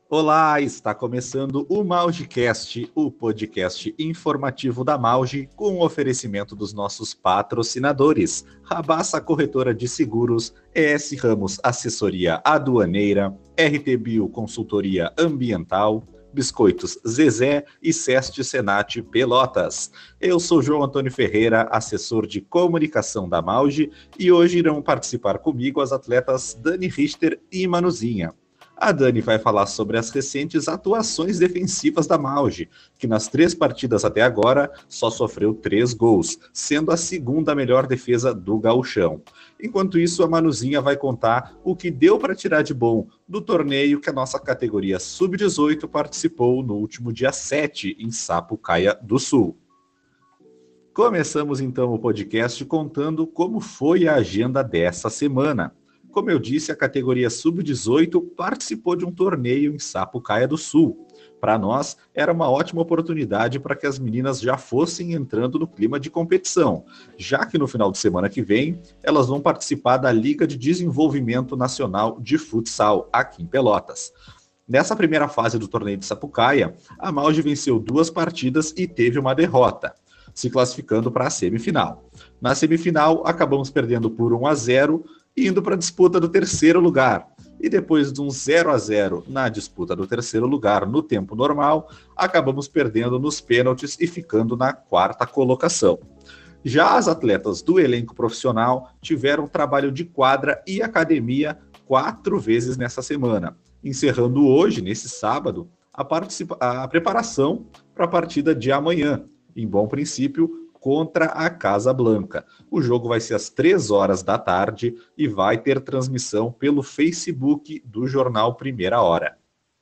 Olá, está começando o Maugicast, o podcast informativo da Mauge, com o oferecimento dos nossos patrocinadores: Rabassa Corretora de Seguros, ES Ramos Assessoria Aduaneira, RT Bio Consultoria Ambiental, Biscoitos Zezé e Seste Senat Pelotas. Eu sou João Antônio Ferreira, assessor de comunicação da Mauge, e hoje irão participar comigo as atletas Dani Richter e Manuzinha. A Dani vai falar sobre as recentes atuações defensivas da Mauge, que nas 3 partidas até agora só sofreu 3 gols, sendo a segunda melhor defesa do gauchão. Enquanto isso, a Manuzinha vai contar o que deu para tirar de bom do torneio que a nossa categoria Sub-18 participou no último dia 7 em Sapucaia do Sul. Começamos então o podcast contando como foi a agenda dessa semana. Como eu disse, a categoria Sub-18 participou de um torneio em Sapucaia do Sul. Para nós, era uma ótima oportunidade para que as meninas já fossem entrando no clima de competição, já que no final de semana que vem, elas vão participar da Liga de Desenvolvimento Nacional de Futsal, aqui em Pelotas. Nessa primeira fase do torneio de Sapucaia, a Mauge venceu 2 partidas e teve uma derrota, se classificando para a semifinal. Na semifinal, acabamos perdendo por 1-0, indo para a disputa do terceiro lugar. E depois de um 0-0 na disputa do terceiro lugar no tempo normal, acabamos perdendo nos pênaltis e ficando na 4ª colocação. Já as atletas do elenco profissional tiveram trabalho de quadra e academia 4 vezes nessa semana, encerrando hoje, nesse sábado, a preparação para a partida de amanhã, em bom princípio, contra a Casa Blanca. O jogo vai ser às 3 horas da tarde e vai ter transmissão pelo Facebook do jornal Primeira Hora.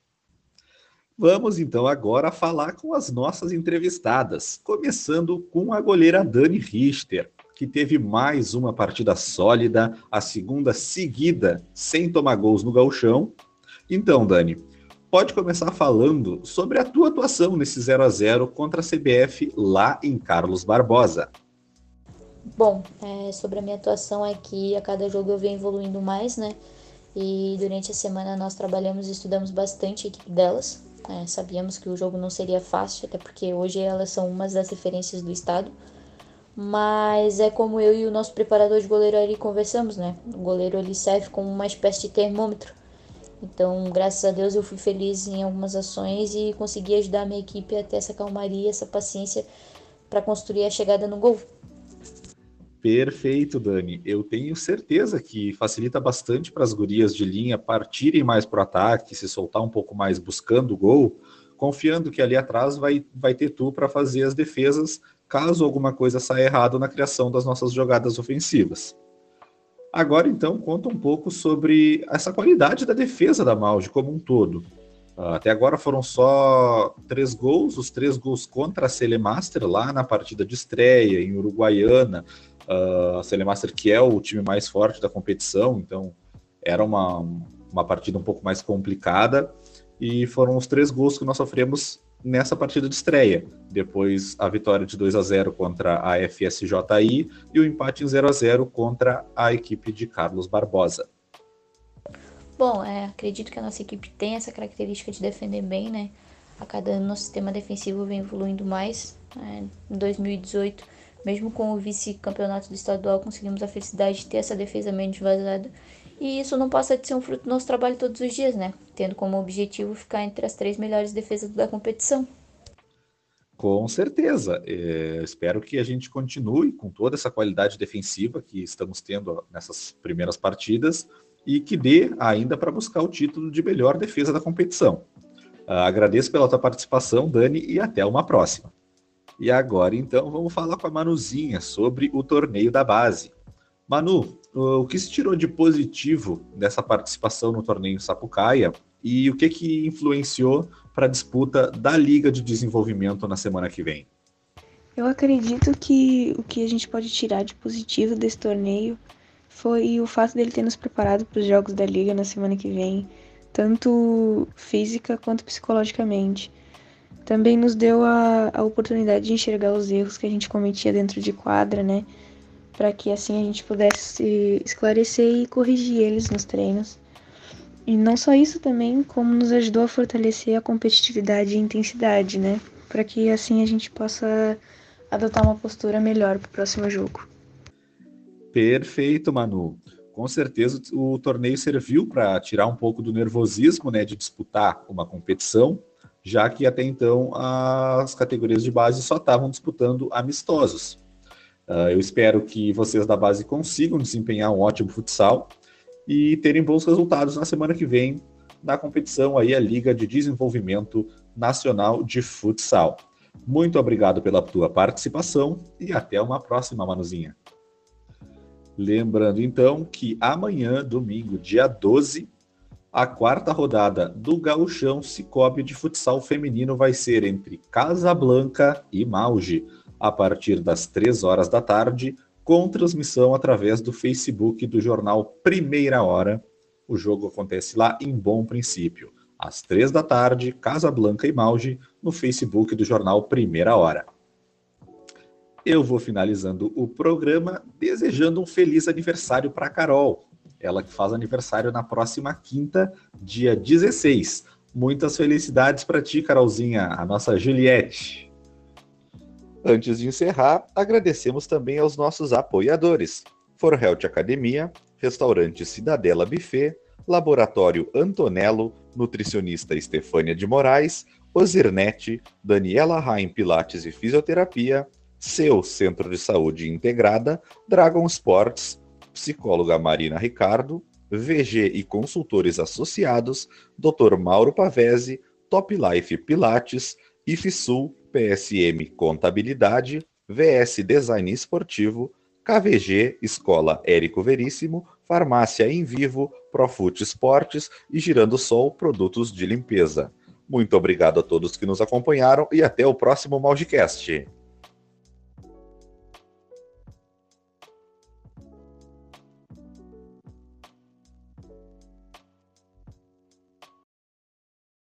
Vamos então agora falar com as nossas entrevistadas, começando com a goleira Dani Richter, que teve mais uma partida sólida, a segunda seguida sem tomar gols no gauchão. Então, Dani, pode começar falando sobre a tua atuação nesse 0-0 contra a CBF lá em Carlos Barbosa. Bom, sobre a minha atuação é que a cada jogo eu venho evoluindo mais, né? E durante a semana nós trabalhamos e estudamos bastante a equipe delas. Sabíamos que o jogo não seria fácil, até porque hoje elas são umas das referências do estado. Mas é como eu e o nosso preparador de goleiro ali conversamos, né? O goleiro ele serve como uma espécie de termômetro. Então, graças a Deus, eu fui feliz em algumas ações e consegui ajudar a minha equipe a ter essa calmaria, essa paciência para construir a chegada no gol. Perfeito, Dani. Eu tenho certeza que facilita bastante para as gurias de linha partirem mais para o ataque, se soltar um pouco mais buscando o gol, confiando que ali atrás vai ter tu para fazer as defesas, caso alguma coisa saia errado na criação das nossas jogadas ofensivas. Agora, então, conta um pouco sobre essa qualidade da defesa da Mauge como um todo. Até agora foram só 3 gols, os 3 gols contra a Celemaster lá na partida de estreia, em Uruguaiana. A Celemaster que é o time mais forte da competição, então era uma partida um pouco mais complicada. E foram os 3 gols que nós sofremos nessa partida de estreia. Depois a vitória de 2-0 contra a FSJI e o empate em 0-0 contra a equipe de Carlos Barbosa. Bom, acredito que a nossa equipe tem essa característica de defender bem, né? A cada ano nosso sistema defensivo vem evoluindo mais. Em 2018, mesmo com o vice-campeonato do estadual, conseguimos a felicidade de ter essa defesa menos vazada. E isso não passa de ser um fruto do nosso trabalho todos os dias, né? Tendo como objetivo ficar entre as 3 melhores defesas da competição. Com certeza. Espero que a gente continue com toda essa qualidade defensiva que estamos tendo nessas primeiras partidas e que dê ainda para buscar o título de melhor defesa da competição. Agradeço pela tua participação, Dani, e até uma próxima. E agora, então, vamos falar com a Manuzinha sobre o torneio da base. Manu, o que se tirou de positivo dessa participação no torneio Sapucaia e o que influenciou para a disputa da Liga de Desenvolvimento na semana que vem? Eu acredito que o que a gente pode tirar de positivo desse torneio foi o fato dele ter nos preparado para os jogos da Liga na semana que vem, tanto física quanto psicologicamente. Também nos deu a oportunidade de enxergar os erros que a gente cometia dentro de quadra, né? Para que assim a gente pudesse esclarecer e corrigir eles nos treinos. E não só isso também, como nos ajudou a fortalecer a competitividade e intensidade, né? Para que assim a gente possa adotar uma postura melhor para o próximo jogo. Perfeito, Manu. Com certeza o torneio serviu para tirar um pouco do nervosismo, né, de disputar uma competição, já que até então as categorias de base só estavam disputando amistosos. Eu espero que vocês da base consigam desempenhar um ótimo futsal e terem bons resultados na semana que vem na competição aí, a Liga de Desenvolvimento Nacional de Futsal. Muito obrigado pela tua participação e até uma próxima, Manuzinha. Lembrando então que amanhã, domingo, dia 12, a quarta rodada do Gauchão Sicoob de Futsal Feminino vai ser entre Casablanca e Maugi, a partir das 3 horas da tarde, com transmissão através do Facebook do jornal Primeira Hora. O jogo acontece lá em Bom Princípio, às 3 da tarde, Casablanca e Maugi, no Facebook do jornal Primeira Hora. Eu vou finalizando o programa desejando um feliz aniversário para a Carol. Ela que faz aniversário na próxima quinta, dia 16. Muitas felicidades para ti, Carolzinha, a nossa Juliette. Antes de encerrar, agradecemos também aos nossos apoiadores: For Health Academia, Restaurante Cidadela Buffet, Laboratório Antonello, Nutricionista Estefânia de Moraes, Ozirnet, Daniela Raim Pilates e Fisioterapia, Seu Centro de Saúde Integrada, Dragon Sports, Psicóloga Marina Ricardo, VG e Consultores Associados, Dr. Mauro Pavese, Top Life Pilates, IFSUL, PSM Contabilidade, VS Design Esportivo, KVG, Escola Érico Veríssimo, Farmácia em Vivo, Profute Esportes e Girando Sol Produtos de Limpeza. Muito obrigado a todos que nos acompanharam e até o próximo Maugicast.